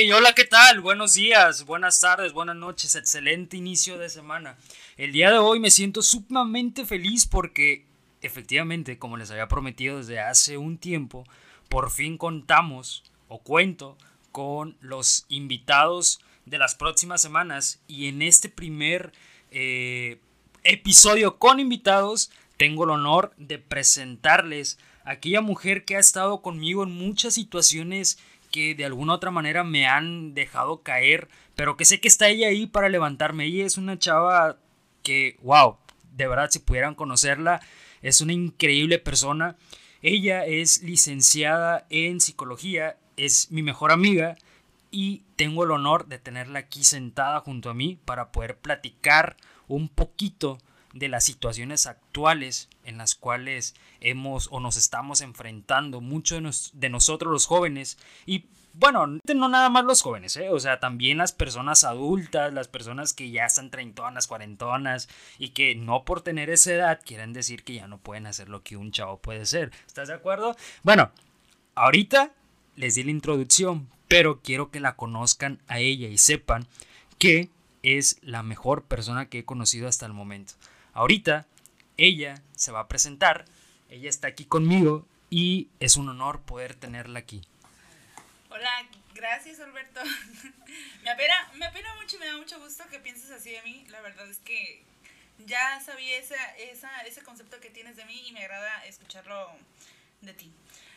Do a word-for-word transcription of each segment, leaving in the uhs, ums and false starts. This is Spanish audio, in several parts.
Hey, hola, ¿qué tal? Buenos días, buenas tardes, buenas noches, excelente inicio de semana. El día de hoy me siento sumamente feliz porque, efectivamente, como les había prometido desde hace un tiempo, por fin contamos o cuento con los invitados de las próximas semanas y en este primer eh, episodio con invitados tengo el honor de presentarles a aquella mujer que ha estado conmigo en muchas situaciones que de alguna u otra manera me han dejado caer, pero que sé que está ella ahí para levantarme. Ella es una chava que, wow, de verdad si pudieran conocerla, es una increíble persona. Ella es licenciada en psicología, es mi mejor amiga y tengo el honor de tenerla aquí sentada junto a mí para poder platicar un poquito de las situaciones actuales en las cuales hemos o nos estamos enfrentando muchos de, nos, de nosotros los jóvenes y bueno, no nada más los jóvenes, ¿eh? O sea, también las personas adultas, las personas que ya están treintonas, cuarentonas y que no por tener esa edad quieren decir que ya no pueden hacer lo que un chavo puede ser. ¿Estás de acuerdo? Bueno, ahorita les di la introducción, pero quiero que la conozcan a ella y sepan que es la mejor persona que he conocido hasta el momento. Ahorita ella se va a presentar, ella está aquí conmigo y es un honor poder tenerla aquí. Hola, gracias Alberto. me apena, me apena mucho y me da mucho gusto que pienses así de mí. La verdad es que ya sabía esa, esa, ese concepto que tienes de mí y me agrada escucharlo de ti.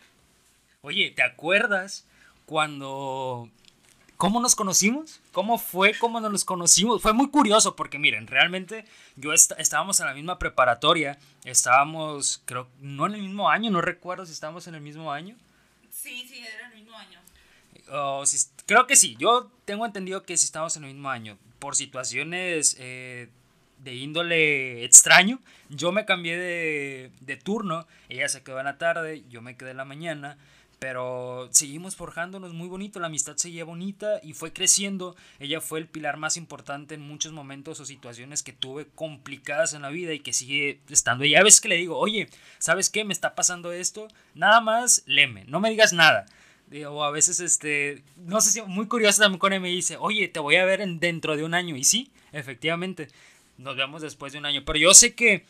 Oye, ¿te acuerdas cuando... ¿Cómo nos conocimos? ¿Cómo fue? ¿Cómo nos conocimos? Fue muy curioso porque miren, realmente yo est- estábamos en la misma preparatoria, estábamos, creo, no en el mismo año, no recuerdo si estábamos en el mismo año. Sí, sí, era el mismo año. O si, creo que sí, yo tengo entendido que si estábamos en el mismo año, por situaciones eh, de índole extraño, yo me cambié de, de turno, ella se quedó en la tarde, yo me quedé en la mañana. Pero seguimos forjándonos muy bonito, la amistad seguía bonita y fue creciendo. Ella fue el pilar más importante en muchos momentos o situaciones que tuve complicadas en la vida y que sigue estando. Y a veces que le digo, oye, ¿sabes qué? Me está pasando esto. Nada más, leme, no me digas nada. O a veces, este, no sé si muy curioso también con él me dice, oye, te voy a ver en, dentro de un año. Y sí, efectivamente, nos vemos después de un año. Pero yo sé que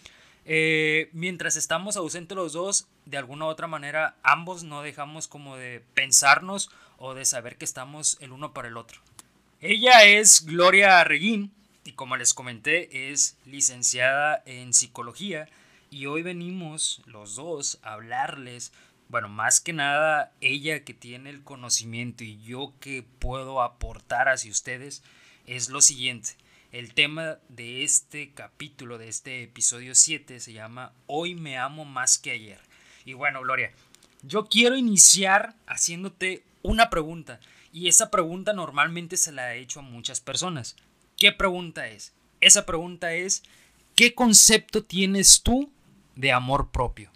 eh, mientras estamos ausentes los dos, de alguna u otra manera, ambos no dejamos como de pensarnos o de saber que estamos el uno para el otro. Ella es Gloria Reguín y como les comenté es licenciada en psicología y hoy venimos los dos a hablarles, bueno, más que nada ella que tiene el conocimiento y yo que puedo aportar hacia ustedes es lo siguiente. El tema de este capítulo, de este episodio siete se llama Hoy me amo más que ayer. Y bueno, Gloria, yo quiero iniciar haciéndote una pregunta. Y esa pregunta normalmente se la he hecho a muchas personas. ¿Qué pregunta es? Esa pregunta es, ¿qué concepto tienes tú de amor propio?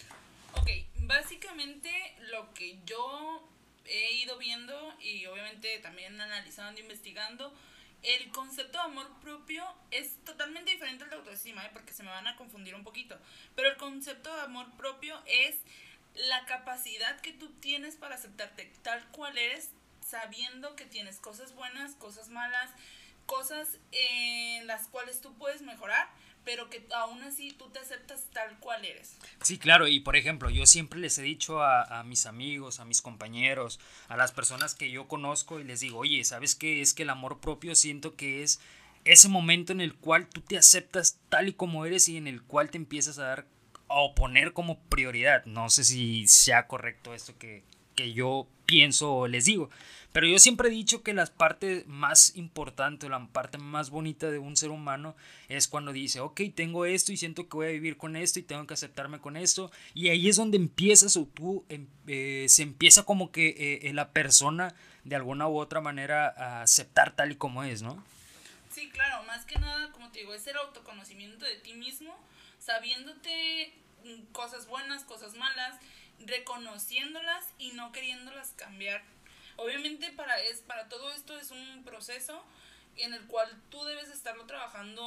Ok, básicamente lo que yo he ido viendo y obviamente también analizando, investigando, el concepto de amor propio es totalmente diferente al de autoestima, ¿eh? Porque se me van a confundir un poquito. Pero el concepto de amor propio es la capacidad que tú tienes para aceptarte tal cual eres, sabiendo que tienes cosas buenas, cosas malas, cosas en las cuales tú puedes mejorar, pero que aún así tú te aceptas tal cual eres. Sí, claro, y por ejemplo, yo siempre les he dicho a, a mis amigos, a mis compañeros, a las personas que yo conozco y les digo, oye, ¿sabes qué? Es que el amor propio siento que es ese momento en el cual tú te aceptas tal y como eres y en el cual te empiezas a dar o poner como prioridad. No sé si sea correcto esto que, que yo pienso o les digo. Pero yo siempre he dicho que la parte más importante, la parte más bonita de un ser humano es cuando dice, ok, tengo esto y siento que voy a vivir con esto y tengo que aceptarme con esto. Y ahí es donde empiezas o tú, eh, se empieza como que eh, la persona de alguna u otra manera a aceptar tal y como es, ¿no? Sí, claro, más que nada, como te digo, es el autoconocimiento de ti mismo, sabiéndote cosas buenas, cosas malas, reconociéndolas y no queriéndolas cambiar. Obviamente para, es, para todo esto es un proceso en el cual tú debes estarlo trabajando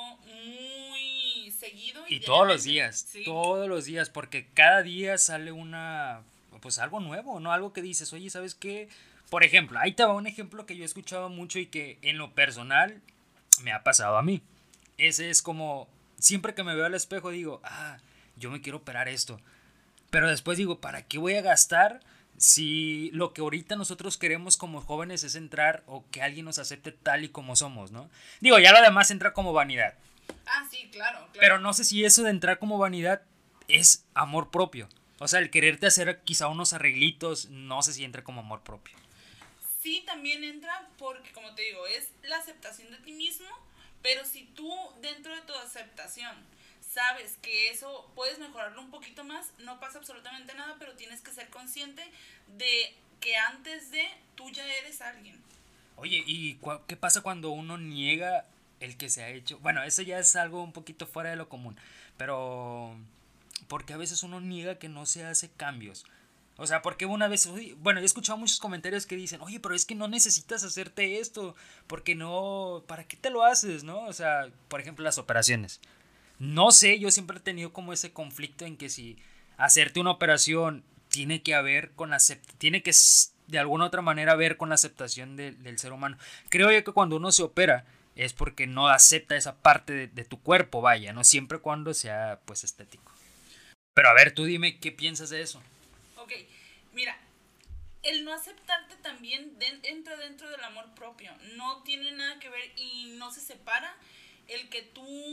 muy seguido y Y todos los diariamente. días, Sí. todos los días, porque cada día sale una, pues algo nuevo, ¿no? Algo que dices, oye, ¿sabes qué? Por ejemplo, ahí te va un ejemplo que yo he escuchado mucho y que en lo personal me ha pasado a mí. Ese es como, siempre que me veo al espejo digo, ah, yo me quiero operar esto. Pero después digo, ¿para qué voy a gastar si lo que ahorita nosotros queremos como jóvenes es entrar o que alguien nos acepte tal y como somos, ¿no? Digo, ya lo demás entra como vanidad. Ah, sí, claro, claro. Pero no sé si eso de entrar como vanidad es amor propio. O sea, el quererte hacer quizá unos arreglitos, no sé si entra como amor propio. Sí, también entra porque, como te digo, es la aceptación de ti mismo, pero si tú dentro de tu aceptación sabes que eso puedes mejorarlo un poquito más, no pasa absolutamente nada, pero tienes que ser consciente de que antes de tú ya eres alguien. Oye, ¿y qué pasa cuando uno niega el que se ha hecho? Bueno, eso ya es algo un poquito fuera de lo común, pero porque a veces uno niega que no se hace cambios. O sea, porque una vez, bueno, he escuchado muchos comentarios que dicen, oye, pero es que no necesitas hacerte esto, porque no, ¿para qué te lo haces, no? O sea, por ejemplo, las operaciones. No sé, yo siempre he tenido como ese conflicto en que si hacerte una operación tiene que haber con la tiene que de alguna otra manera ver con la aceptación de, del ser humano. Creo yo que cuando uno se opera es porque no acepta esa parte de, de tu cuerpo, vaya, no siempre cuando sea pues estético. Pero a ver, tú dime qué piensas de eso. Ok, mira, el no aceptarte también de, entra dentro del amor propio. No tiene nada que ver y no se separa el que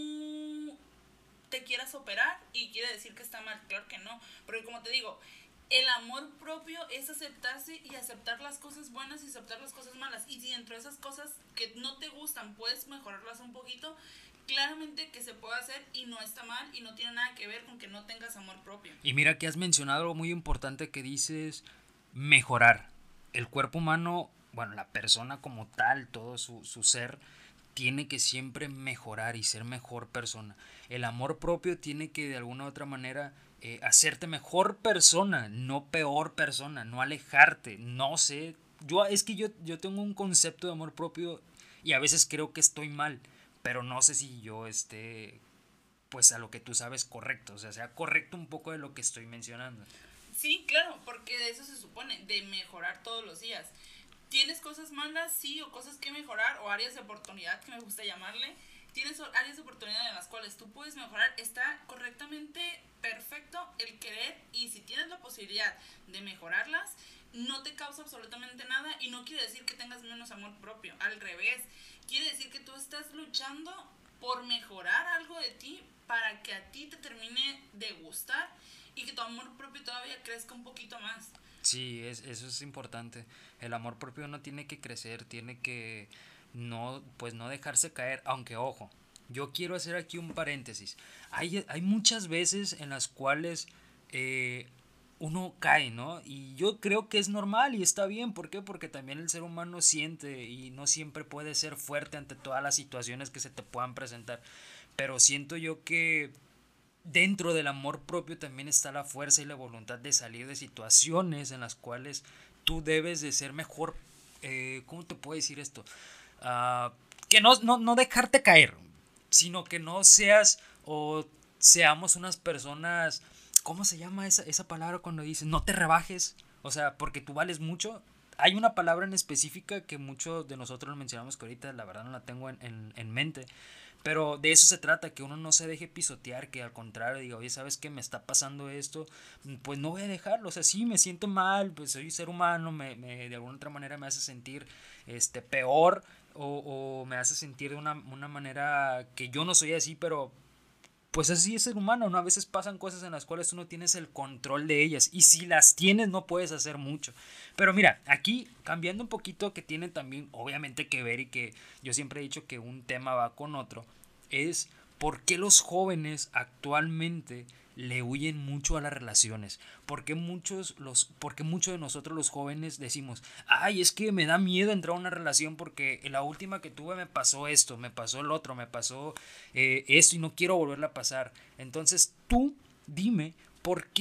tú te quieras operar y quiere decir que está mal. Claro que no, porque como te digo, el amor propio es aceptarse y aceptar las cosas buenas y aceptar las cosas malas. Y si dentro de esas cosas que no te gustan puedes mejorarlas un poquito, claramente que se puede hacer y no está mal y no tiene nada que ver con que no tengas amor propio. Y mira que has mencionado algo muy importante que dices, mejorar. El cuerpo humano, bueno, la persona como tal, todo su, su ser, tiene que siempre mejorar y ser mejor persona. El amor propio tiene que de alguna u otra manera eh, hacerte mejor persona, no peor persona, no alejarte, no sé. Yo, es que yo, yo tengo un concepto de amor propio y a veces creo que estoy mal, pero no sé si yo esté, pues a lo que tú sabes, correcto, o sea, sea correcto un poco de lo que estoy mencionando. Sí, claro, porque de eso se supone, de mejorar todos los días. ¿Tienes cosas malas? Sí, o cosas que mejorar, o áreas de oportunidad, que me gusta llamarle. Tienes áreas de oportunidad en las cuales tú puedes mejorar. Está correctamente perfecto el querer, y si tienes la posibilidad de mejorarlas, no te causa absolutamente nada, y no quiere decir que tengas menos amor propio. Al revés, quiere decir que tú estás luchando por mejorar algo de ti para que a ti te termine de gustar y que tu amor propio todavía crezca un poquito más. Sí, es, eso es importante. El amor propio no tiene que crecer, tiene que no, pues no dejarse caer, aunque ojo, yo quiero hacer aquí un paréntesis. Hay, hay muchas veces en las cuales eh, uno cae, ¿no? Y yo creo que es normal y está bien. ¿Por qué? Porque también el ser humano siente y no siempre puede ser fuerte ante todas las situaciones que se te puedan presentar. Pero siento yo que dentro del amor propio también está la fuerza y la voluntad de salir de situaciones en las cuales tú debes de ser mejor. Eh, ¿Cómo te puedo decir esto? Uh, que no, no, no dejarte caer, sino que no seas o seamos unas personas. ¿Cómo se llama esa, esa palabra cuando dices no te rebajes? O sea, porque tú vales mucho. Hay una palabra en específica que muchos de nosotros mencionamos que ahorita la verdad no la tengo en, en, en mente. Pero de eso se trata, que uno no se deje pisotear, que al contrario diga, oye, ¿sabes qué? Me está pasando esto, pues no voy a dejarlo, o sea, sí, me siento mal, pues soy ser humano, me, me, de alguna otra manera me hace sentir este, peor o, o me hace sentir de una, una manera que yo no soy así, pero pues así es ser humano, ¿no? A veces pasan cosas en las cuales tú no tienes el control de ellas y si las tienes no puedes hacer mucho. Pero mira, aquí cambiando un poquito que tiene también obviamente que ver y que yo siempre he dicho que un tema va con otro, es por qué los jóvenes actualmente le huyen mucho a las relaciones. Porque muchos, los, porque muchos de nosotros los jóvenes decimos, ay, es que me da miedo entrar a una relación porque en la última que tuve me pasó esto, me pasó el otro, me pasó eh, esto y no quiero volverla a pasar. Entonces tú dime, ¿por qué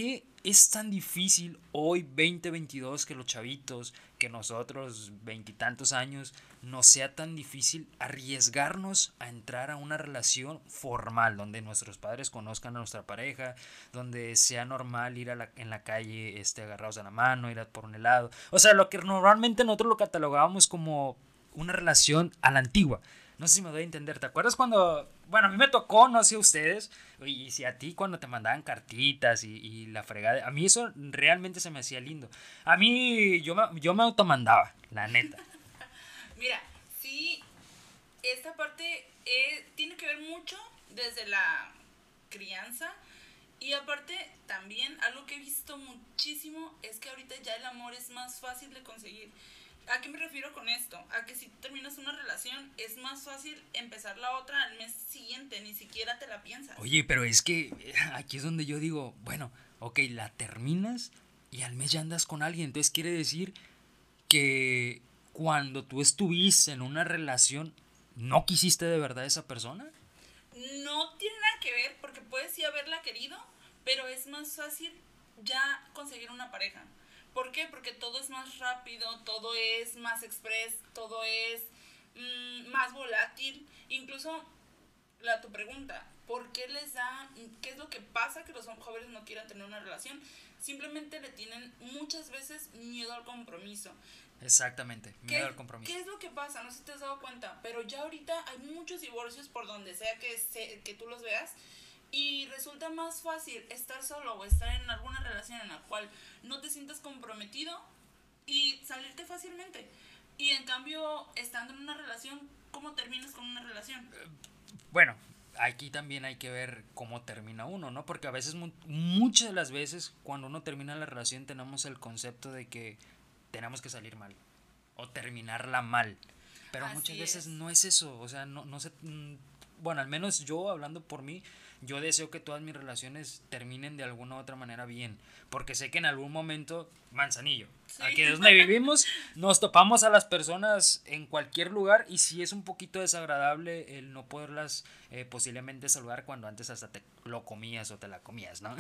es tan difícil hoy veinte veintidós que los chavitos, que nosotros veintitantos años, nos sea tan difícil arriesgarnos a entrar a una relación formal donde nuestros padres conozcan a nuestra pareja, donde sea normal ir a la, en la calle este, agarrados de la mano, ir a por un helado? O sea, lo que normalmente nosotros lo catalogábamos como una relación a la antigua. No sé si me doy a entender. ¿Te acuerdas cuando, bueno, a mí me tocó, no sé ustedes, y si a ti cuando te mandaban cartitas y, y la fregada? A mí eso realmente se me hacía lindo. A mí, yo me, yo me automandaba, la neta. Mira, sí, esta parte eh, tiene que ver mucho desde la crianza. Y aparte, también algo que he visto muchísimo es que ahorita ya el amor es más fácil de conseguir. ¿A qué me refiero con esto? A que si terminas una relación es más fácil empezar la otra al mes siguiente, ni siquiera te la piensas. Oye, pero es que aquí es donde yo digo, bueno, ok, la terminas y al mes ya andas con alguien. Entonces quiere decir que cuando tú estuviste en una relación, ¿no quisiste de verdad a esa persona? No tiene nada que ver, porque puedes sí haberla querido, pero es más fácil ya conseguir una pareja. ¿Por qué? Porque todo es más rápido, todo es más express, todo es mmm, más volátil. Incluso, la tu pregunta, ¿por qué les da, qué es lo que pasa que los jóvenes no quieran tener una relación? Simplemente le tienen muchas veces miedo al compromiso. Exactamente, miedo al compromiso. ¿Qué es lo que pasa? No sé si te has dado cuenta, pero ya ahorita hay muchos divorcios por donde sea que, se, que tú los veas. Y resulta más fácil estar solo o estar en alguna relación en la cual no te sientas comprometido y salirte fácilmente. Y en cambio, estando en una relación, ¿cómo terminas con una relación? Bueno, aquí también hay que ver cómo termina uno, ¿no? Porque a veces, muchas de las veces, cuando uno termina la relación, tenemos el concepto de que tenemos que salir mal o terminarla mal. Pero Así muchas veces es. no es eso, o sea, no, no se... Bueno, al menos yo, hablando por mí, yo deseo que todas mis relaciones terminen de alguna u otra manera bien, porque sé que en algún momento, Manzanillo, sí. Aquí es donde vivimos, nos topamos a las personas en cualquier lugar y sí es un poquito desagradable el no poderlas eh, posiblemente saludar cuando antes hasta te lo comías o te la comías, ¿no?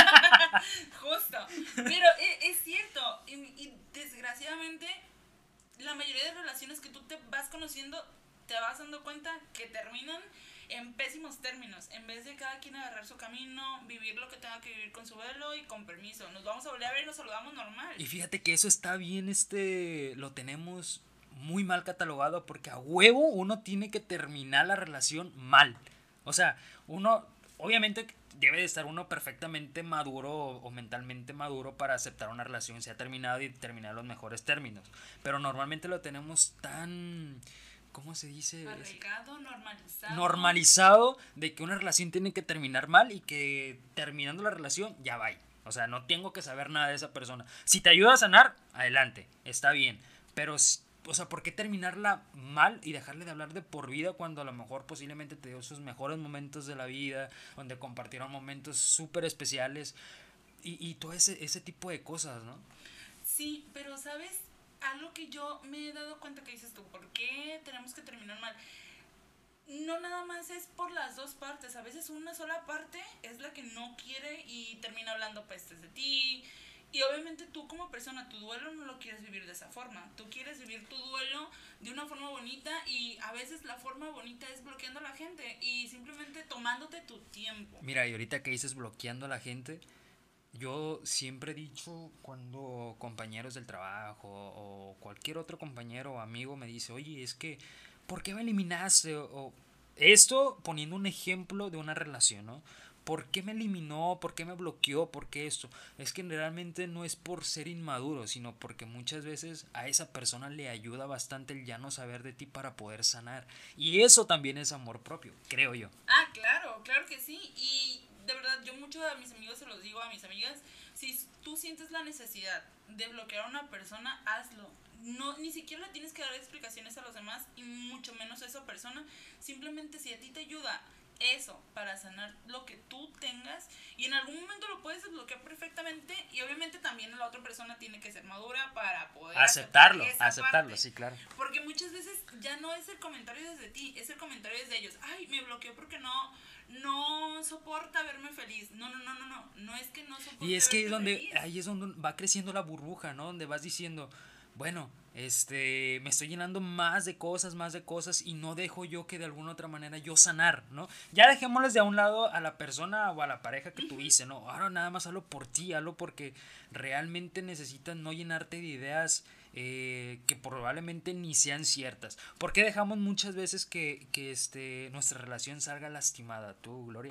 Justo, pero es, es cierto, y, y desgraciadamente la mayoría de relaciones que tú te vas conociendo te vas dando cuenta que terminan en pésimos términos, en vez de cada quien agarrar su camino, vivir lo que tenga que vivir con su velo y con permiso. Nos vamos a volver a ver y nos saludamos normal. Y fíjate que eso está bien, este, lo tenemos muy mal catalogado porque a huevo uno tiene que terminar la relación mal. O sea, uno, obviamente debe de estar uno perfectamente maduro o, o mentalmente maduro para aceptar una relación, se ha terminado y terminar los mejores términos. Pero normalmente lo tenemos tan... ¿Cómo se dice? Arraigado, normalizado. Normalizado de que una relación tiene que terminar mal y que terminando la relación ya va. O sea, no tengo que saber nada de esa persona. Si te ayuda a sanar, adelante, está bien. Pero, o sea, ¿por qué terminarla mal y dejarle de hablar de por vida cuando a lo mejor posiblemente te dio sus mejores momentos de la vida, donde compartieron momentos súper especiales y, y todo ese, ese tipo de cosas, ¿no? Sí, pero ¿sabes? Algo que yo me he dado cuenta que dices tú, ¿por qué tenemos que terminar mal? No nada más es por las dos partes, a veces una sola parte es la que no quiere y termina hablando pestes de ti. Y obviamente tú como persona, tu duelo no lo quieres vivir de esa forma. Tú quieres vivir tu duelo de una forma bonita y a veces la forma bonita es bloqueando a la gente y simplemente tomándote tu tiempo. Mira, y ahorita que dices bloqueando a la gente... Yo siempre he dicho cuando compañeros del trabajo o cualquier otro compañero o amigo me dice, oye, es que, ¿por qué me eliminaste? O, esto poniendo un ejemplo de una relación, ¿no? ¿Por qué me eliminó? ¿Por qué me bloqueó? ¿Por qué esto? Es que realmente no es por ser inmaduro, sino porque muchas veces a esa persona le ayuda bastante el ya no saber de ti para poder sanar. Y eso también es amor propio, creo yo. Ah, claro, claro que sí. Y de verdad, yo mucho a mis amigos se los digo, a mis amigas, si tú sientes la necesidad de bloquear a una persona, hazlo. No, ni siquiera le tienes que dar explicaciones a los demás y mucho menos a esa persona. Simplemente si a ti te ayuda eso para sanar lo que tú tengas y en algún momento lo puedes desbloquear perfectamente y obviamente también la otra persona tiene que ser madura para poder aceptarlo, aceptar aceptarlo, parte. Sí, claro. Porque muchas veces ya no es el comentario desde ti, es el comentario desde ellos. Ay, me bloqueó porque no no soporta verme feliz. No, no, no, no, no. No es que no soporte Y es que es verme donde, feliz. ahí es donde va creciendo la burbuja, ¿no? Donde vas diciendo, bueno, este, me estoy llenando más de cosas, más de cosas y no dejo yo que de alguna otra manera yo sanar, ¿no? Ya dejémosles de a un lado a la persona o a la pareja que tuviste, ¿no? Ahora nada más hazlo por ti, hazlo porque realmente necesitas no llenarte de ideas eh, que probablemente ni sean ciertas. ¿Por qué dejamos muchas veces que, que este, nuestra relación salga lastimada? ¿Tú, Gloria?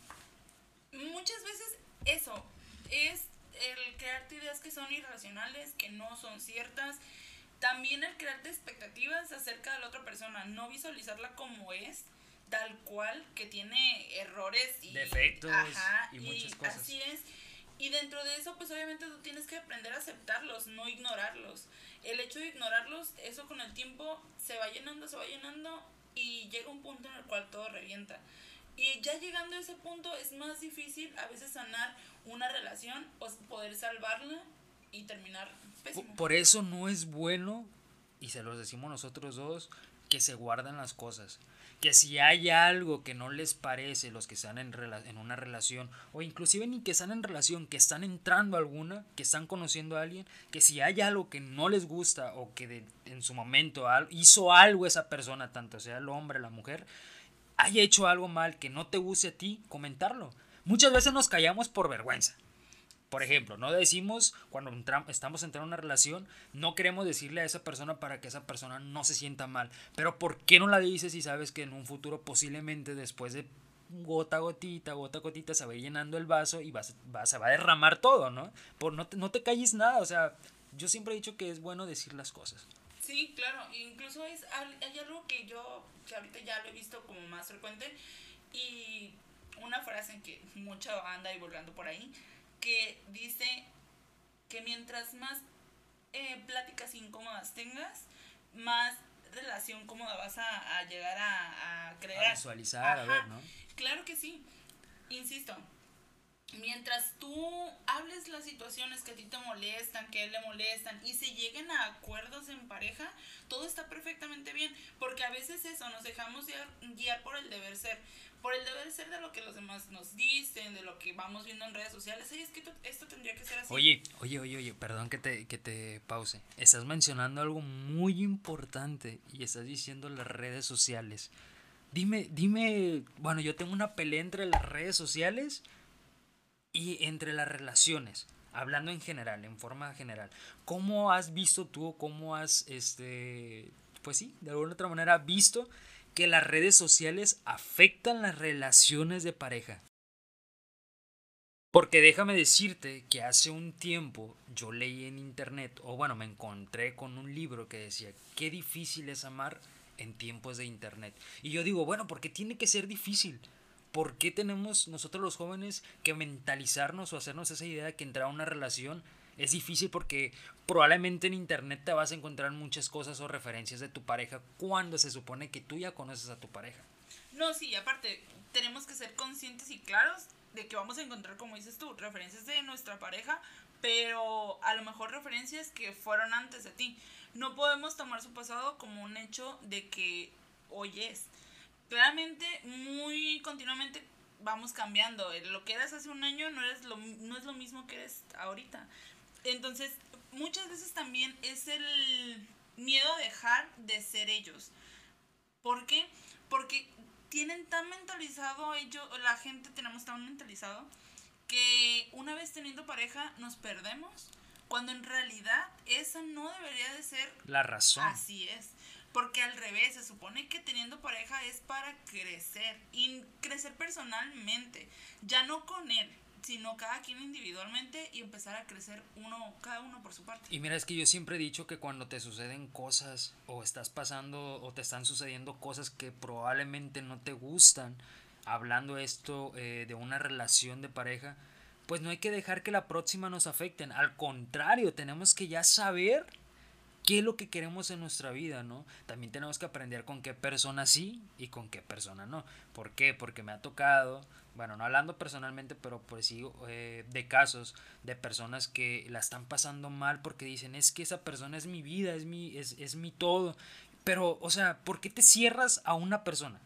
Muchas veces eso es el crearte ideas que son irracionales, que no son ciertas. También el crearte expectativas acerca de la otra persona, no visualizarla como es, tal cual, que tiene errores y defectos ajá, y muchas cosas. Así es. Y dentro de eso, pues obviamente tú tienes que aprender a aceptarlos, no ignorarlos. El hecho de ignorarlos, eso con el tiempo se va llenando, se va llenando y llega un punto en el cual todo revienta. Y ya llegando a ese punto es más difícil a veces sanar una relación o poder salvarla y terminar pésimo. Por eso no es bueno, y se los decimos nosotros dos, que se guardan las cosas. Que si hay algo que no les parece, los que están en, rela- en una relación, o inclusive ni que están en relación, que están entrando a alguna, que están conociendo a alguien, que si hay algo que no les gusta o que de, en su momento al, hizo algo esa persona, tanto sea el hombre o la mujer, haya hecho algo mal que no te guste a ti, comentarlo. Muchas veces nos callamos por vergüenza. Por ejemplo, no decimos cuando entramos, estamos entrando en una relación, no queremos decirle a esa persona para que esa persona no se sienta mal. Pero ¿por qué no la dices si sabes que en un futuro posiblemente después de gota a gotita, gota a gotita se va a ir llenando el vaso y vas, va, se va a derramar todo, ¿no? Por, no, te, no te calles nada, o sea, yo siempre he dicho que es bueno decir las cosas. Sí, claro, incluso es, hay algo que yo, que ahorita ya lo he visto como más frecuente y una frase que mucho anda divulgando por ahí, que dice que mientras más eh, pláticas incómodas tengas, más relación cómoda vas a, a llegar a, a crear. A visualizar, ajá, a ver, ¿no? Claro que sí. Insisto, mientras tú hables las situaciones que a ti te molestan, que a él le molestan y se lleguen a acuerdos en pareja, todo está perfectamente bien, porque a veces eso, nos dejamos guiar, guiar por el deber ser, por el deber ser de lo que los demás nos dicen, de lo que vamos viendo en redes sociales. Ay, es que esto, esto tendría que ser así. Oye, oye, oye, oye, perdón que te, que te pause. Estás mencionando algo muy importante y estás diciendo las redes sociales. Dime, dime, bueno, yo tengo una pelea entre las redes sociales y entre las relaciones, hablando en general, en forma general. ¿Cómo has visto tú, cómo has, este, pues sí, de alguna otra manera visto que las redes sociales afectan las relaciones de pareja? Porque déjame decirte que hace un tiempo yo leí en internet, o bueno, me encontré con un libro que decía, qué difícil es amar en tiempos de internet. Y yo digo, bueno, ¿por qué tiene que ser difícil? ¿Por qué tenemos nosotros los jóvenes que mentalizarnos o hacernos esa idea de que entrar a una relación es difícil? Porque probablemente en internet te vas a encontrar muchas cosas o referencias de tu pareja cuando se supone que tú ya conoces a tu pareja. No, sí, aparte, tenemos que ser conscientes y claros de que vamos a encontrar, como dices tú, referencias de nuestra pareja, pero a lo mejor referencias que fueron antes de ti. No podemos tomar su pasado como un hecho de que hoy es. Claramente, muy continuamente vamos cambiando. Lo que eras hace un año no, eres lo, no es lo mismo que eres ahorita. Entonces, muchas veces también es el miedo a dejar de ser ellos. ¿Por qué? Porque tienen tan mentalizado ellos, la gente tenemos tan mentalizado que una vez teniendo pareja nos perdemos, cuando en realidad esa no debería de ser la razón. Así es, porque al revés, se supone que teniendo pareja es para crecer y crecer personalmente, ya no con él, sino cada quien individualmente y empezar a crecer uno, cada uno por su parte. Y mira, es que yo siempre he dicho que cuando te suceden cosas o estás pasando o te están sucediendo cosas que probablemente no te gustan, hablando esto eh, de una relación de pareja, pues no hay que dejar que la próxima nos afecten. Al contrario, tenemos que ya saber qué es lo que queremos en nuestra vida, ¿no? También tenemos que aprender con qué persona sí y con qué persona no. ¿Por qué? Porque me ha tocado, bueno, no hablando personalmente, pero pues sí eh, de casos de personas que la están pasando mal porque dicen, es que esa persona es mi vida, es mi, es, es mi todo. Pero, o sea, ¿por qué te cierras a una persona?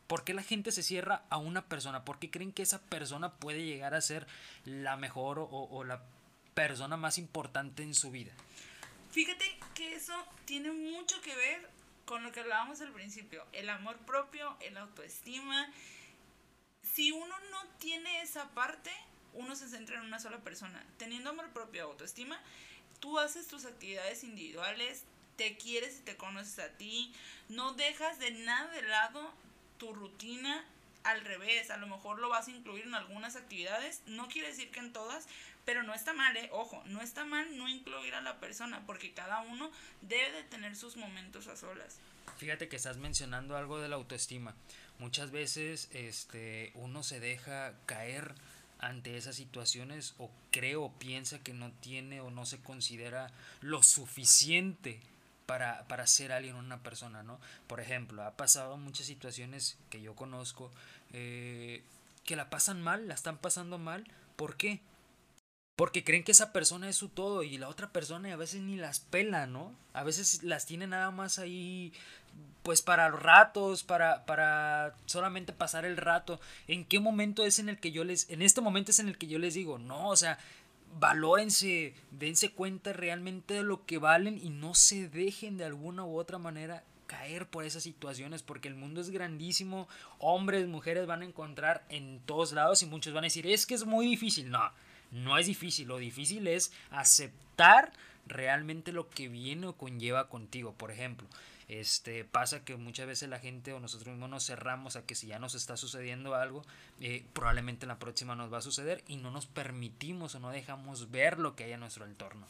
¿Por qué la gente se cierra a una persona? ¿Por qué creen que esa persona puede llegar a ser la mejor o, o la persona más importante en su vida? Fíjate que eso tiene mucho que ver con lo que hablábamos al principio, el amor propio, el autoestima. Si uno no tiene esa parte, uno se centra en una sola persona. Teniendo amor propio, autoestima, tú haces tus actividades individuales, te quieres y te conoces a ti, no dejas de nada de lado tu rutina. Al revés, a lo mejor lo vas a incluir en algunas actividades, no quiere decir que en todas, pero no está mal, ¿eh? Ojo, no está mal no incluir a la persona, porque cada uno debe de tener sus momentos a solas. Fíjate que estás mencionando algo de la autoestima. Muchas veces este, uno se deja caer ante esas situaciones o cree o piensa que no tiene o no se considera lo suficiente para, para ser alguien, una persona, ¿no? Por ejemplo, ha pasado muchas situaciones que yo conozco eh, que la pasan mal, la están pasando mal. ¿Por qué? Porque creen que esa persona es su todo y la otra persona a veces ni las pela, ¿no? A veces las tiene nada más ahí, pues para los ratos, para, para solamente pasar el rato. ¿En qué momento es en el que yo les, en este momento es en el que yo les digo, no, o sea, valórense, dense cuenta realmente de lo que valen y no se dejen de alguna u otra manera caer por esas situaciones, porque el mundo es grandísimo, hombres, mujeres van a encontrar en todos lados y muchos van a decir, es que es muy difícil. No, no es difícil, lo difícil es aceptar realmente lo que viene o conlleva contigo. Por ejemplo, este pasa que muchas veces la gente o nosotros mismos nos cerramos a que si ya nos está sucediendo algo, eh, probablemente en la próxima nos va a suceder y no nos permitimos o no dejamos ver lo que hay en nuestro entorno.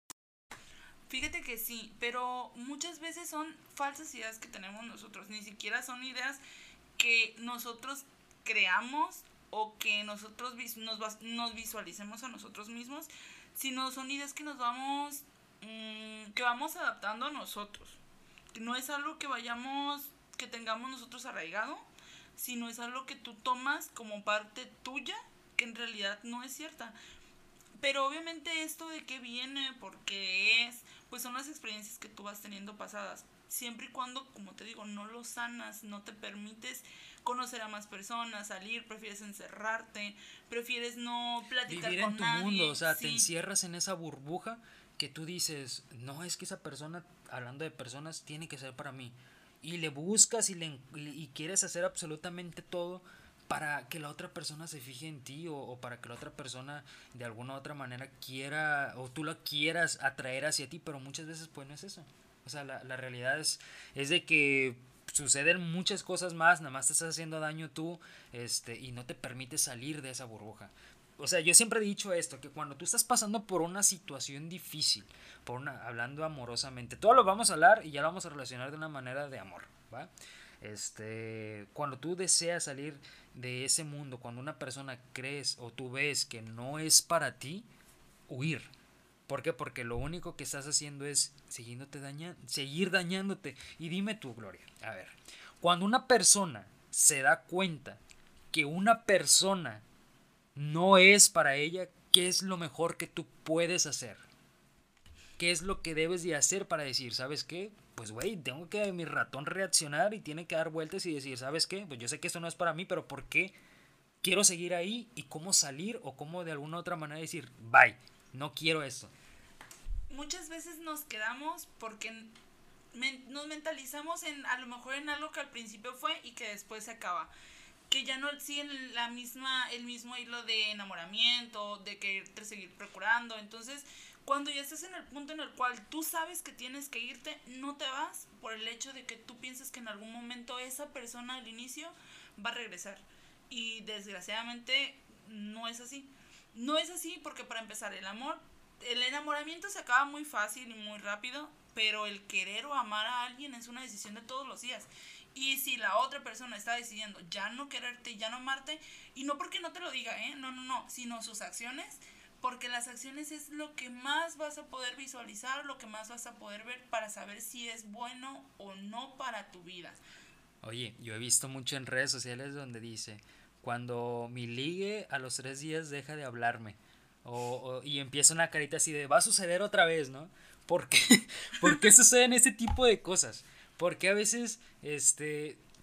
Fíjate que sí, pero muchas veces son falsas ideas que tenemos nosotros, ni siquiera son ideas que nosotros creamos o que nosotros vis- nos, vas- nos visualicemos a nosotros mismos, sino son ideas que nos vamos, mmm, que vamos adaptando a nosotros. No es algo que vayamos, que tengamos nosotros arraigado, sino es algo que tú tomas como parte tuya, que en realidad no es cierta. Pero obviamente esto de qué viene, por qué es, pues son las experiencias que tú vas teniendo pasadas. Siempre y cuando, como te digo, no lo sanas, no te permites conocer a más personas, salir, prefieres encerrarte, prefieres no platicar Vivir en con tu nadie. mundo, o sea, te Sí. encierras en esa burbuja que tú dices, no, es que esa persona, hablando de personas, tiene que ser para mí. Y le buscas y, le, y quieres hacer absolutamente todo para que la otra persona se fije en ti o, o para que la otra persona de alguna u otra manera quiera o tú la quieras atraer hacia ti, pero muchas veces pues no es eso. O sea, la, la realidad es, es de que suceden muchas cosas más, nada más te estás haciendo daño tú, este, y no te permite salir de esa burbuja. O sea, yo siempre he dicho esto, que cuando tú estás pasando por una situación difícil, por una, hablando amorosamente, todo lo vamos a hablar y ya lo vamos a relacionar de una manera de amor, ¿va? Este, cuando tú deseas salir de ese mundo, cuando una persona crees o tú ves que no es para ti, huir. ¿Por qué? Porque lo único que estás haciendo es siguiéndote daña, seguir dañándote. Y dime tú, Gloria, a ver, cuando una persona se da cuenta que una persona no es para ella, ¿qué es lo mejor que tú puedes hacer? ¿Qué es lo que debes de hacer para decir, ¿sabes qué? Pues güey, tengo que mi ratón reaccionar y tiene que dar vueltas y decir, ¿sabes qué? Pues yo sé que esto no es para mí, pero ¿por qué quiero seguir ahí? ¿Y cómo salir o cómo de alguna otra manera decir, bye, no quiero esto? Muchas veces nos quedamos porque men- nos mentalizamos en a lo mejor en algo que al principio fue y que después se acaba, que ya no siguen la misma el mismo hilo de enamoramiento, de quererte seguir procurando. Entonces cuando ya estás en el punto en el cual tú sabes que tienes que irte, no te vas por el hecho de que tú piensas que en algún momento esa persona al inicio va a regresar, y desgraciadamente no es así. No es así porque, para empezar, el amor, el enamoramiento se acaba muy fácil y muy rápido, pero el querer o amar a alguien es una decisión de todos los días. Y si la otra persona está decidiendo ya no quererte, ya no amarte, y no porque no te lo diga, ¿eh? No, no, no, sino sus acciones, porque las acciones es lo que más vas a poder visualizar, lo que más vas a poder ver para saber si es bueno o no para tu vida. Oye, yo he visto mucho en redes sociales donde dice, cuando mi ligue a los tres días deja de hablarme. O, o- y empieza una carita así de, va a suceder otra vez, ¿no? ¿Por qué? ¿Por qué suceden ese tipo de cosas? Porque a veces, este,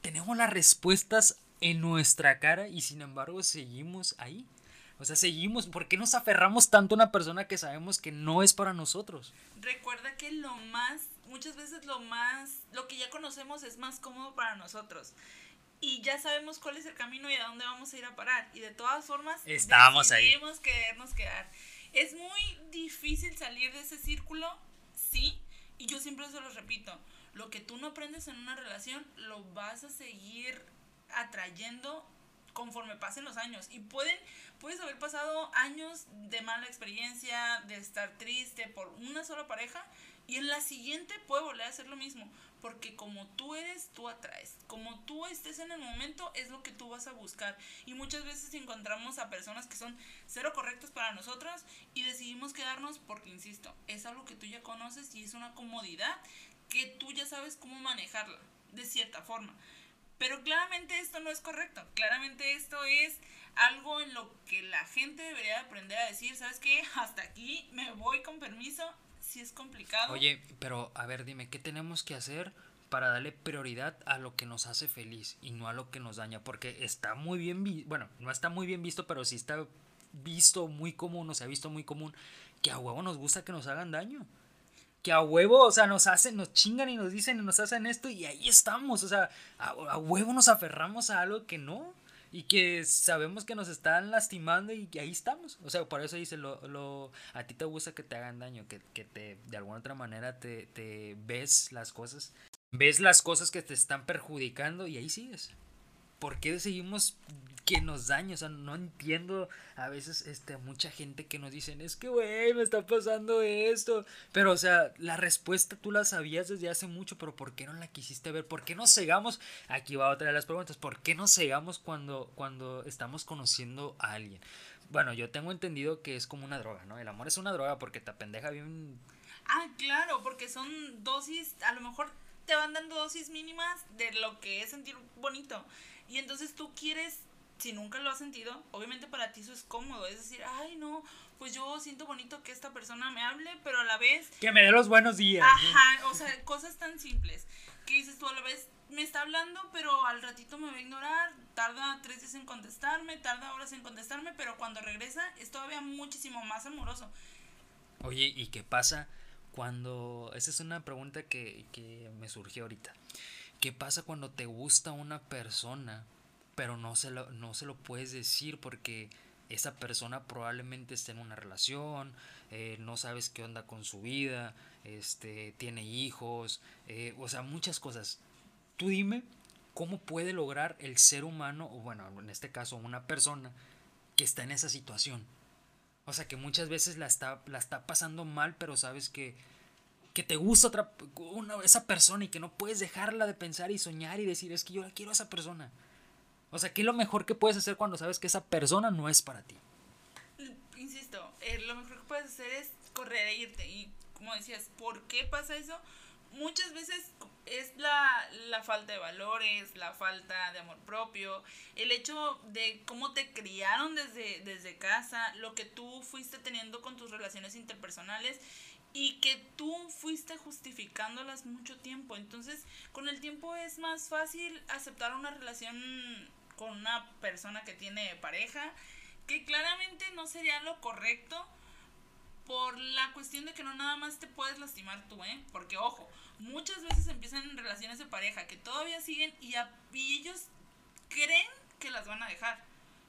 tenemos las respuestas en nuestra cara y sin embargo seguimos ahí. O sea, seguimos, ¿por qué nos aferramos tanto a una persona que sabemos que no es para nosotros? Recuerda que lo más, muchas veces lo más, lo que ya conocemos es más cómodo para nosotros. Y ya sabemos cuál es el camino y a dónde vamos a ir a parar. Y de todas formas, Estábamos decidimos querernos quedar. Es muy difícil salir de ese círculo, sí. Y yo siempre se los repito. Lo que tú no aprendes en una relación, lo vas a seguir atrayendo conforme pasen los años. Y pueden, puedes haber pasado años de mala experiencia, de estar triste por una sola pareja, y en la siguiente puede volver a hacer lo mismo. Porque como tú eres, tú atraes. Como tú estés en el momento, es lo que tú vas a buscar. Y muchas veces encontramos a personas que son cero correctas para nosotros y decidimos quedarnos porque, insisto, es algo que tú ya conoces y es una comodidad que tú ya sabes cómo manejarla, de cierta forma. Pero claramente esto no es correcto. Claramente esto es algo en lo que la gente debería aprender a decir, ¿sabes qué? Hasta aquí, me voy con permiso. Si es complicado. Oye, pero a ver, dime, ¿qué tenemos que hacer para darle prioridad a lo que nos hace feliz y no a lo que nos daña? Porque está muy bien visto, bueno, no está muy bien visto, pero sí está visto muy común, o se ha visto muy común, que a huevo nos gusta que nos hagan daño. Que a huevo, o sea, nos hacen, nos chingan y nos dicen y nos hacen esto y ahí estamos, o sea, a, a huevo nos aferramos a algo que no. Y que sabemos que nos están lastimando y que ahí estamos. O sea, por eso dice, lo, lo, a ti te gusta que te hagan daño, que, que te, de alguna otra manera te, te ves las cosas. Ves las cosas que te están perjudicando y ahí sigues. ¿Por qué seguimos que nos daña? O sea, no entiendo a veces este, mucha gente que nos dicen, es que güey, me está pasando esto. Pero, o sea, la respuesta tú la sabías desde hace mucho, pero ¿por qué no la quisiste ver? ¿Por qué nos cegamos? Aquí va otra de las preguntas. ¿Por qué nos cegamos cuando, cuando estamos conociendo a alguien? Bueno, yo tengo entendido que es como una droga, ¿no? El amor es una droga porque te apendeja bien. Ah, claro, porque son dosis, a lo mejor te van dando dosis mínimas de lo que es sentir bonito. Y entonces tú quieres, si nunca lo has sentido, obviamente para ti eso es cómodo. Es decir, ay no, pues yo siento bonito que esta persona me hable, pero a la vez... Que me dé los buenos días. Ajá, ¿sí? O sea, cosas tan simples. Que dices tú a la vez, me está hablando, pero al ratito me va a ignorar. Tarda tres días en contestarme, tarda horas en contestarme, pero cuando regresa es todavía muchísimo más amoroso. Oye, ¿y qué pasa cuando... Esa es una pregunta que, que me surgió ahorita. ¿Qué pasa cuando te gusta una persona, pero no se lo, no se lo puedes decir porque esa persona probablemente esté en una relación, eh, no sabes qué onda con su vida, este, tiene hijos, eh, o sea, muchas cosas? Tú dime cómo puede lograr el ser humano, o bueno, en este caso una persona que está en esa situación. O sea, que muchas veces la está, la está pasando mal, pero sabes que que te gusta otra una, esa persona y que no puedes dejarla de pensar y soñar y decir, es que yo la quiero a esa persona. O sea, ¿qué es lo mejor que puedes hacer cuando sabes que esa persona no es para ti? Insisto, eh, lo mejor que puedes hacer es correr e irte. Y como decías, ¿por qué pasa eso? Muchas veces es la, la falta de valores, la falta de amor propio, el hecho de cómo te criaron desde, desde casa, lo que tú fuiste teniendo con tus relaciones interpersonales y que tú fuiste justificándolas mucho tiempo. Entonces, con el tiempo es más fácil aceptar una relación con una persona que tiene pareja, que claramente no sería lo correcto por la cuestión de que no nada más te puedes lastimar tú, ¿eh? Porque, ojo, muchas veces empiezan en relaciones de pareja que todavía siguen y, a, y ellos creen que las van a dejar.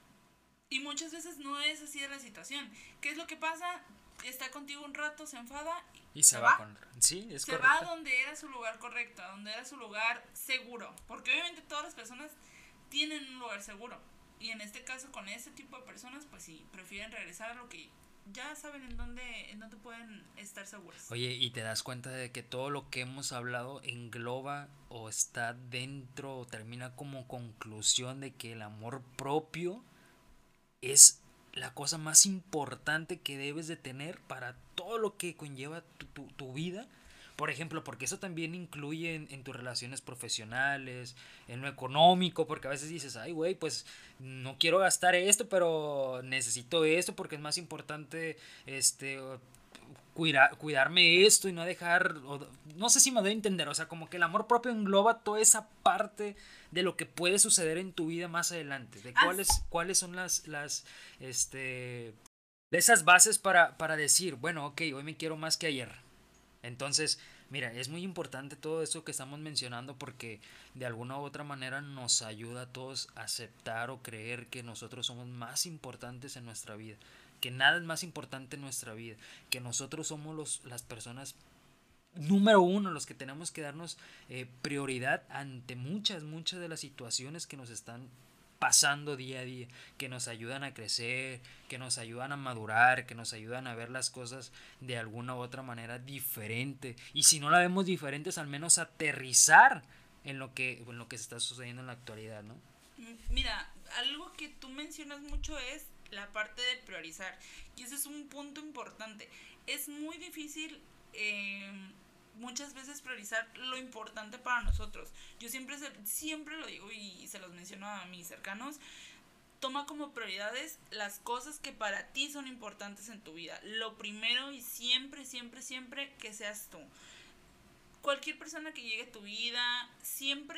Y muchas veces no es así de la situación. ¿Qué es lo que pasa? Está contigo un rato, se enfada y se, se va. va con... Sí, es se correcto. va a donde era su lugar correcto, a donde era su lugar seguro. Porque obviamente todas las personas tienen un lugar seguro. Y en este caso, con este tipo de personas, pues sí, prefieren regresar a lo que ya saben en dónde, en dónde pueden estar seguros. Oye, y te das cuenta de que todo lo que hemos hablado engloba o está dentro o termina como conclusión de que el amor propio es la cosa más importante que debes de tener para todo lo que conlleva tu, tu, tu vida. Por ejemplo, porque eso también incluye en, en tus relaciones profesionales, en lo económico, porque a veces dices, ay güey, pues no quiero gastar esto, pero necesito esto porque es más importante este cuidar, cuidarme esto y no dejar, o, no sé si me doy a entender, o sea, como que el amor propio engloba toda esa parte de lo que puede suceder en tu vida más adelante, de cuáles, cuáles son las, las, este, de esas bases para, para decir, bueno, ok, hoy me quiero más que ayer. Entonces, mira, es muy importante todo eso que estamos mencionando porque de alguna u otra manera nos ayuda a todos a aceptar o creer que nosotros somos más importantes en nuestra vida, que nada es más importante en nuestra vida, que nosotros somos los, las personas número uno, los que tenemos que darnos eh, prioridad ante muchas, muchas de las situaciones que nos están pasando día a día, que nos ayudan a crecer, que nos ayudan a madurar, que nos ayudan a ver las cosas de alguna u otra manera diferente. Y si no la vemos diferentes, al menos aterrizar en lo que, en lo que se está sucediendo en la actualidad, ¿no? Mira, algo que tú mencionas mucho es la parte de priorizar. Y ese es un punto importante. Es muy difícil eh, muchas veces priorizar lo importante para nosotros. Yo siempre, siempre lo digo y se los menciono a mis cercanos. Toma como prioridades las cosas que para ti son importantes en tu vida. Lo primero y siempre, siempre, siempre que seas tú. Cualquier persona que llegue a tu vida siempre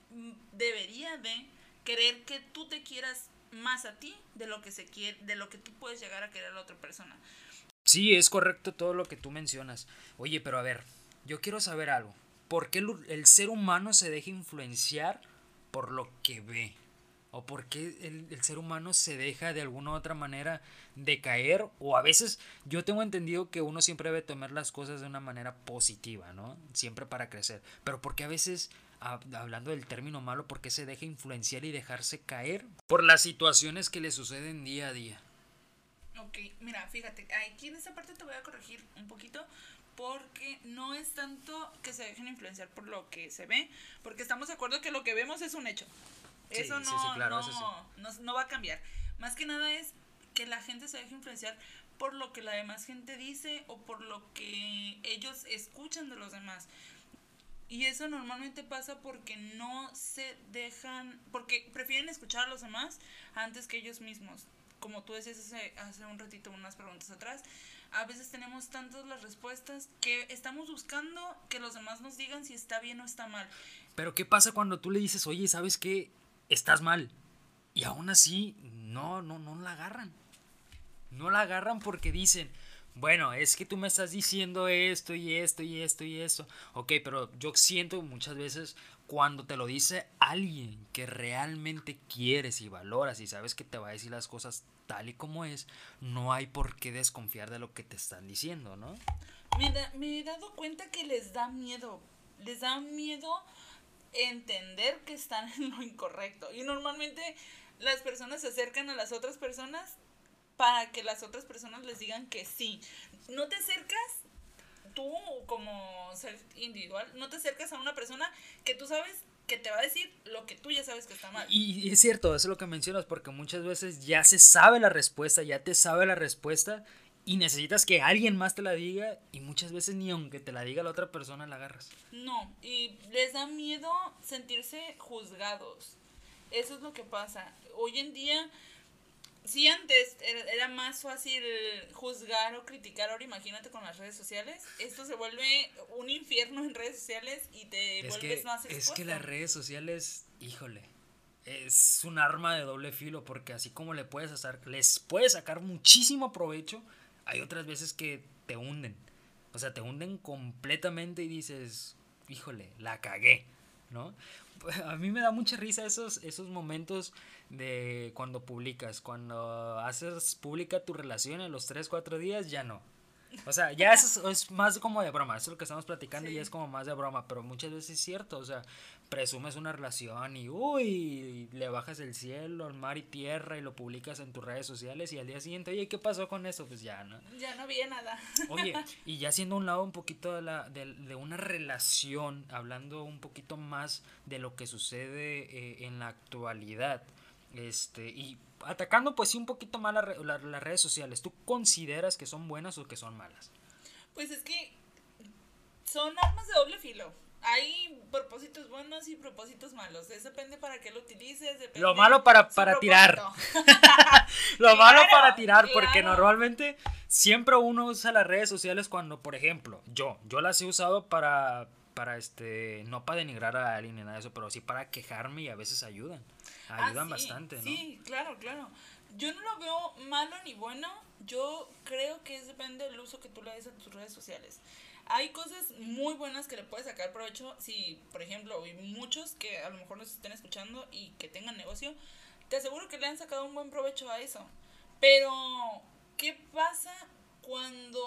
debería de querer que tú te quieras más a ti de lo que se quiere, de lo que tú puedes llegar a querer a la otra persona. Sí, es correcto todo lo que tú mencionas. Oye, pero a ver, yo quiero saber algo. ¿Por qué el ser humano se deja influenciar por lo que ve? ¿O por qué el, el ser humano se deja de alguna u otra manera decaer? O a veces yo tengo entendido que uno siempre debe tomar las cosas de una manera positiva, ¿no? Siempre para crecer. Pero ¿por qué a veces, hablando del término malo, por qué se deja influenciar y dejarse caer por las situaciones que le suceden día a día? Ok, mira, fíjate, aquí en esta parte te voy a corregir un poquito porque no es tanto que se dejen influenciar por lo que se ve, porque estamos de acuerdo que lo que vemos es un hecho. Sí, eso, no, sí, sí, claro, no, eso sí. no, no va a cambiar. Más que nada es que la gente se deje influenciar por lo que la demás gente dice o por lo que ellos escuchan de los demás. Y eso normalmente pasa porque no se dejan, porque prefieren escuchar a los demás antes que ellos mismos. Como tú decías hace, hace un ratito, unas preguntas atrás, a veces tenemos tantas las respuestas que estamos buscando que los demás nos digan si está bien o está mal. Pero ¿qué pasa cuando tú le dices, oye, ¿sabes qué? Estás mal. Y aún así, no, no, no la agarran. No la agarran porque dicen, bueno, es que tú me estás diciendo esto y esto y esto y esto. Ok, pero yo siento muchas veces cuando te lo dice alguien que realmente quieres y valoras y sabes que te va a decir las cosas tal y como es, no hay por qué desconfiar de lo que te están diciendo, ¿no? Me, da, me he dado cuenta que les da miedo. Les da miedo entender que están en lo incorrecto. Y normalmente las personas se acercan a las otras personas para que las otras personas les digan que sí. No te acercas, tú como ser individual, no te acercas a una persona que tú sabes que te va a decir lo que tú ya sabes que está mal. Y, y es cierto, eso es lo que mencionas, porque muchas veces ya se sabe la respuesta, ya te sabe la respuesta y necesitas que alguien más te la diga y muchas veces ni aunque te la diga la otra persona la agarras. No, y les da miedo sentirse juzgados. Eso es lo que pasa. Hoy en día, si antes era más fácil juzgar o criticar, ahora imagínate con las redes sociales. Esto se vuelve un infierno en redes sociales y te es vuelves que, más expuesto. Es que las redes sociales, híjole, es un arma de doble filo porque así como le puedes hacer, les puedes sacar muchísimo provecho, hay otras veces que te hunden. O sea, te hunden completamente y dices, híjole, la cagué, ¿no? A mí me da mucha risa esos, esos momentos de cuando publicas, cuando haces pública tu relación en los tres, cuatro días, ya no. O sea, ya eso es, es más como de broma, eso es lo que estamos platicando, sí. Ya es como más de broma, pero muchas veces es cierto, o sea, presumes una relación y uy, le bajas el cielo, al mar y tierra y lo publicas en tus redes sociales y al día siguiente, oye, ¿qué pasó con eso? Pues ya, ¿no? Ya no había nada. Oye, y ya siendo un lado un poquito de, la, de, de una relación, hablando un poquito más de lo que sucede eh, en la actualidad, este, y atacando pues sí un poquito más la, la, las redes sociales, ¿tú consideras que son buenas o que son malas? Pues es que son armas de doble filo. Hay propósitos buenos y propósitos malos. Eso depende para qué lo utilices. Depende lo malo para, para tirar. Lo claro, malo para tirar, claro. Porque normalmente siempre uno usa las redes sociales cuando, por ejemplo, yo, yo las he usado para, para este, no para denigrar a alguien ni nada de eso, pero sí para quejarme y a veces ayudan, ayudan Ah, sí, bastante, ¿no? sí, claro, claro. Yo no lo veo malo ni bueno. Yo creo que es depende del uso que tú le des a tus redes sociales. Hay cosas muy buenas que le puedes sacar provecho. Si, por ejemplo, hay muchos que a lo mejor nos estén escuchando y que tengan negocio, te aseguro que le han sacado un buen provecho a eso. Pero, ¿qué pasa cuando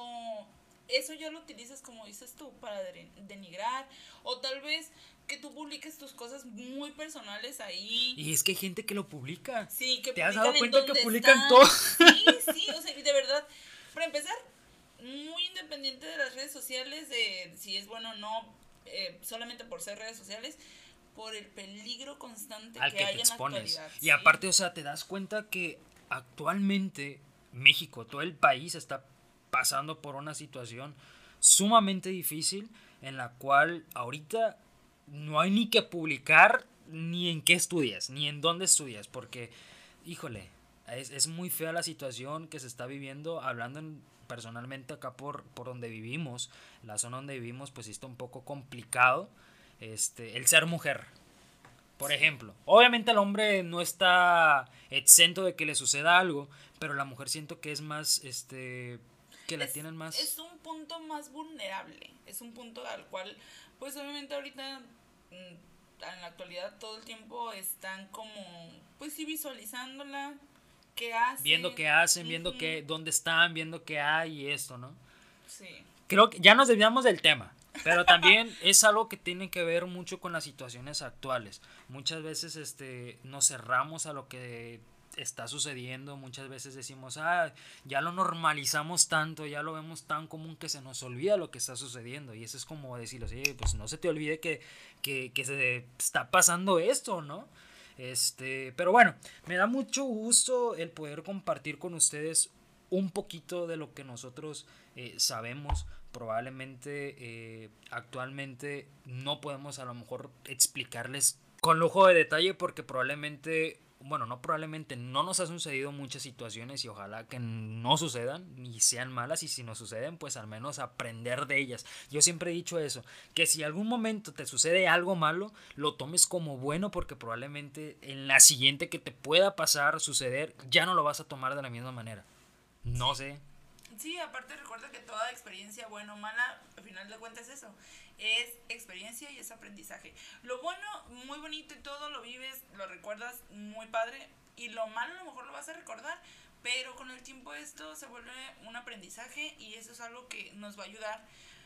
eso ya lo utilizas, como dices tú, para denigrar? O tal vez que tú publiques tus cosas muy personales ahí. Y es que hay gente que lo publica. Sí, que ¿Te has publican dado en cuenta que dónde publican están. todo? Sí, sí, o sea, y de verdad, para empezar, muy independiente de las redes sociales, de si es bueno o no, eh, solamente por ser redes sociales, por el peligro constante Al que, que hay te en la expones. actualidad. Y Sí. aparte, o sea, te das cuenta que actualmente México, todo el país está pasando por una situación sumamente difícil en la cual ahorita no hay ni que publicar ni en qué estudias, ni en dónde estudias, porque, híjole, es, es muy fea la situación que se está viviendo, hablando en, personalmente acá por, por donde vivimos, la zona donde vivimos, pues sí está un poco complicado, este, el ser mujer. Por ejemplo, obviamente el hombre no está exento de que le suceda algo, pero la mujer siento que es más, este, que la es, tienen más... Es un punto más vulnerable, es un punto al cual, pues obviamente ahorita, en la actualidad, todo el tiempo están como, pues sí, visualizándola, qué hacen. Viendo qué hacen, uh-huh. viendo qué, dónde están, viendo qué hay y esto, ¿no? Sí. Creo que ya nos desviamos del tema, pero también es algo que tiene que ver mucho con las situaciones actuales. Muchas veces este, nos cerramos a lo que está sucediendo, muchas veces decimos, ah, ya lo normalizamos tanto, ya lo vemos tan común que se nos olvida lo que está sucediendo. Y eso es como decirlo, sí, pues no se te olvide que, que, que se está pasando esto, ¿no? Este, pero bueno, me da mucho gusto el poder compartir con ustedes un poquito de lo que nosotros eh, sabemos. Probablemente eh, actualmente no podemos a lo mejor explicarles con lujo de detalle porque probablemente, bueno, no probablemente, no nos han sucedido muchas situaciones y ojalá que no sucedan ni sean malas, y si nos suceden pues al menos aprender de ellas. Yo siempre he dicho eso, que si algún momento te sucede algo malo, lo tomes como bueno porque probablemente en la siguiente que te pueda pasar, suceder, ya no lo vas a tomar de la misma manera. No sé. Sí, aparte recuerda que toda experiencia, buena o mala, al final de cuentas es eso, es experiencia y es aprendizaje. Lo bueno, muy bonito y todo, lo vives, lo recuerdas muy padre, y lo malo a lo mejor lo vas a recordar, pero con el tiempo esto se vuelve un aprendizaje y eso es algo que nos va a ayudar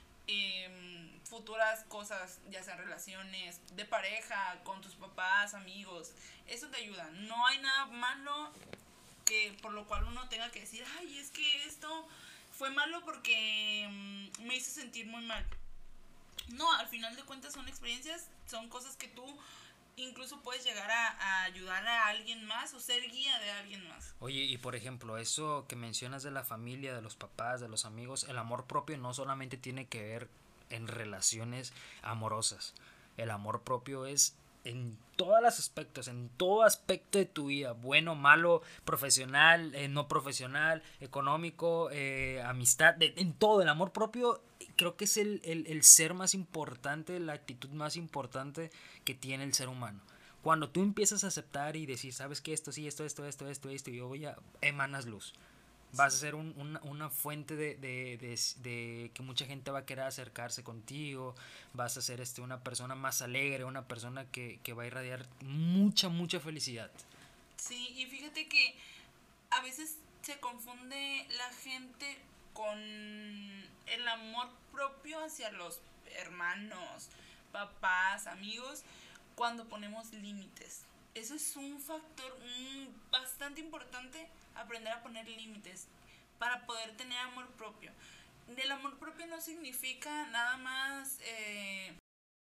en futuras cosas, ya sean relaciones de pareja, con tus papás, amigos, eso te ayuda. No hay nada malo que por lo cual uno tenga que decir, ay, es que esto fue malo porque um, me hizo sentir muy mal. No, al final de cuentas son experiencias, son cosas que tú incluso puedes llegar a, a ayudar a alguien más o ser guía de alguien más. Oye, y por ejemplo, eso que mencionas de la familia, de los papás, de los amigos, el amor propio no solamente tiene que ver en relaciones amorosas. El amor propio es en todos los aspectos, en todo aspecto de tu vida, bueno, malo, profesional, eh, no profesional, económico, eh, amistad, de, en todo. El amor propio creo que es el, el, el ser más importante, la actitud más importante que tiene el ser humano. Cuando tú empiezas a aceptar y decir, sabes que esto sí, esto, esto, esto, esto, esto, y yo voy a, emanas luz. Vas a ser un, una, una fuente de, de, de, de que mucha gente va a querer acercarse contigo. Vas a ser este, una persona más alegre, una persona que, que va a irradiar mucha, mucha felicidad. Sí, y fíjate que a veces se confunde la gente con el amor propio hacia los hermanos, papás, amigos, cuando ponemos límites. Eso es un factor mm, bastante importante, aprender a poner límites para poder tener amor propio. El amor propio no significa nada más... Eh,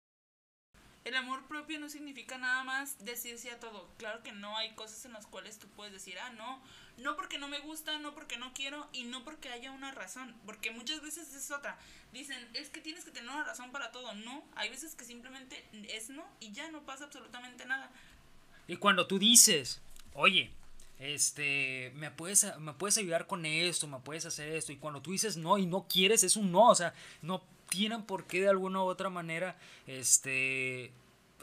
el amor propio no significa nada más decir sí a todo. Claro que no, hay cosas en las cuales tú puedes decir, ah, no, no porque no me gusta, no porque no quiero y no porque haya una razón. Porque muchas veces es otra. Dicen, es que tienes que tener una razón para todo. No, hay veces que simplemente es no y ya no pasa absolutamente nada. Y cuando tú dices, oye, este, me puedes, me puedes ayudar con esto, me puedes hacer esto. Y cuando tú dices no y no quieres, es un no. O sea, no tienen por qué de alguna u otra manera, este,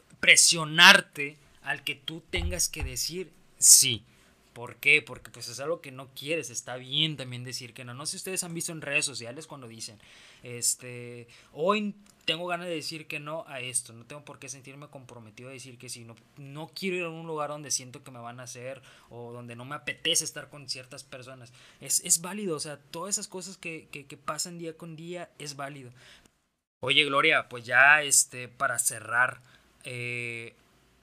presionarte al que tú tengas que decir sí. ¿Por qué? Porque pues es algo que no quieres, está bien también decir que no. No sé si ustedes han visto en redes sociales cuando dicen, este, hoy tengo ganas de decir que no a esto, no tengo por qué sentirme comprometido a decir que sí, no, no quiero ir a un lugar donde siento que me van a hacer o donde no me apetece estar con ciertas personas. Es, es válido, o sea, todas esas cosas que, que, que pasan día con día es válido. Oye, Gloria, pues ya este, para cerrar, eh,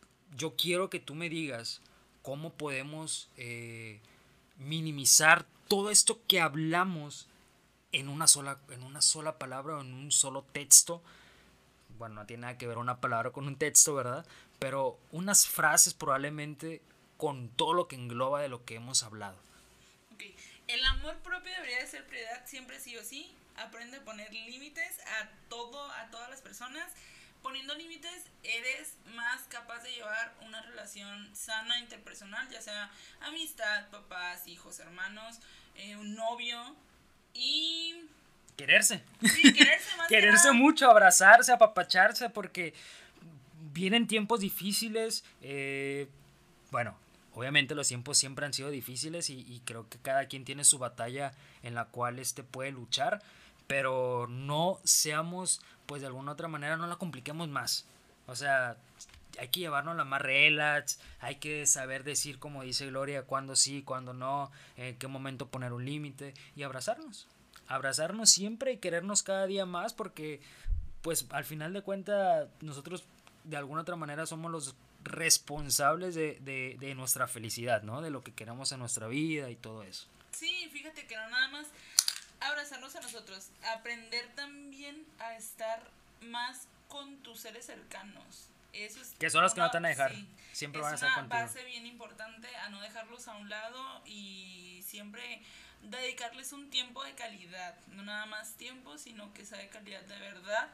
yo quiero que tú me digas cómo podemos eh, minimizar todo esto que hablamos en una sola, en una sola palabra o en un solo texto. Bueno, no tiene nada que ver una palabra con un texto, ¿verdad? Pero unas frases probablemente con todo lo que engloba de lo que hemos hablado. Okay. El amor propio debería de ser prioridad siempre sí o sí. Aprende a poner límites a todo, a todas las personas. Poniendo límites eres más capaz de llevar una relación sana interpersonal, ya sea amistad, papás, hijos, hermanos, eh, un novio y... Quererse. Sí, quererse más Quererse que mucho, abrazarse, apapacharse, porque vienen tiempos difíciles. Eh, bueno, obviamente los tiempos siempre han sido difíciles y, y creo que cada quien tiene su batalla en la cual este puede luchar, pero no seamos, pues de alguna otra manera no la compliquemos más. O sea, hay que llevarnos la más relax, hay que saber decir, como dice Gloria, cuándo sí, cuándo no, en qué momento poner un límite y abrazarnos. Abrazarnos siempre y querernos cada día más porque, pues al final de cuentas, nosotros de alguna otra manera somos los responsables de, de, de nuestra felicidad, ¿no? De lo que queramos en nuestra vida y todo eso. Sí, fíjate que no nada más abrazarnos a nosotros, aprender también a estar más con tus seres cercanos. Eso es que son los una, que no te van a dejar, sí, siempre es van a estar una contigo. base bien importante a no dejarlos a un lado y siempre dedicarles un tiempo de calidad, no nada más tiempo, sino que sea de calidad de verdad.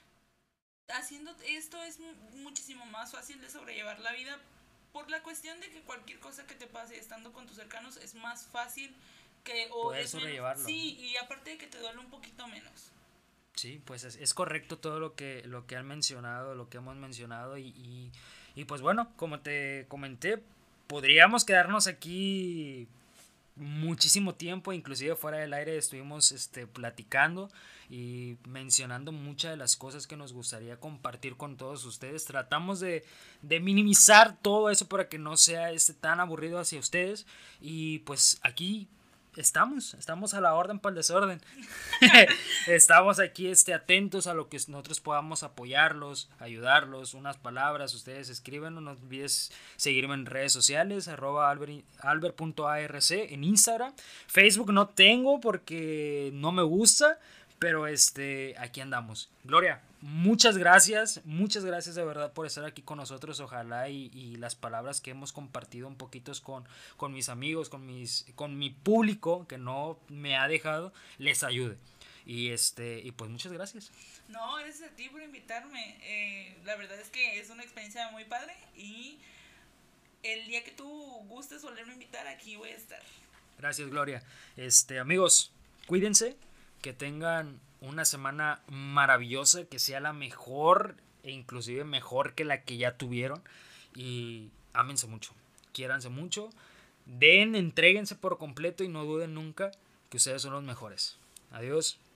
Haciendo esto es muchísimo más fácil de sobrellevar la vida por la cuestión de que cualquier cosa que te pase estando con tus cercanos es más fácil que o poder es sobrellevarlo. Menos, sí, y aparte de que te duele un poquito menos. Sí, pues es, es correcto todo lo que, lo que han mencionado, lo que hemos mencionado y, y, y pues bueno, como te comenté, podríamos quedarnos aquí muchísimo tiempo, inclusive fuera del aire estuvimos este, platicando y mencionando muchas de las cosas que nos gustaría compartir con todos ustedes. Tratamos de, de minimizar todo eso para que no sea este, tan aburrido hacia ustedes y pues aquí estamos, estamos a la orden para el desorden. Estamos aquí este, atentos a lo que nosotros podamos apoyarlos, ayudarlos, unas palabras, ustedes escriben, no olvides seguirme en redes sociales, arroba albert punto arc en Instagram, Facebook no tengo porque no me gusta, pero este, aquí andamos. Gloria, muchas gracias, muchas gracias de verdad por estar aquí con nosotros. Ojalá y, y las palabras que hemos compartido un poquito con, con mis amigos, con, mis, con mi público que no me ha dejado, les ayude. Y este y pues muchas gracias. No, gracias a ti por invitarme. Eh, la verdad es que es una experiencia muy padre y el día que tú gustes volverme a invitar, aquí voy a estar. Gracias, Gloria. Este, amigos, cuídense, que tengan una semana maravillosa, que sea la mejor e inclusive mejor que la que ya tuvieron y ámense mucho, quiéranse mucho, den, entréguense por completo y no duden nunca que ustedes son los mejores. Adiós.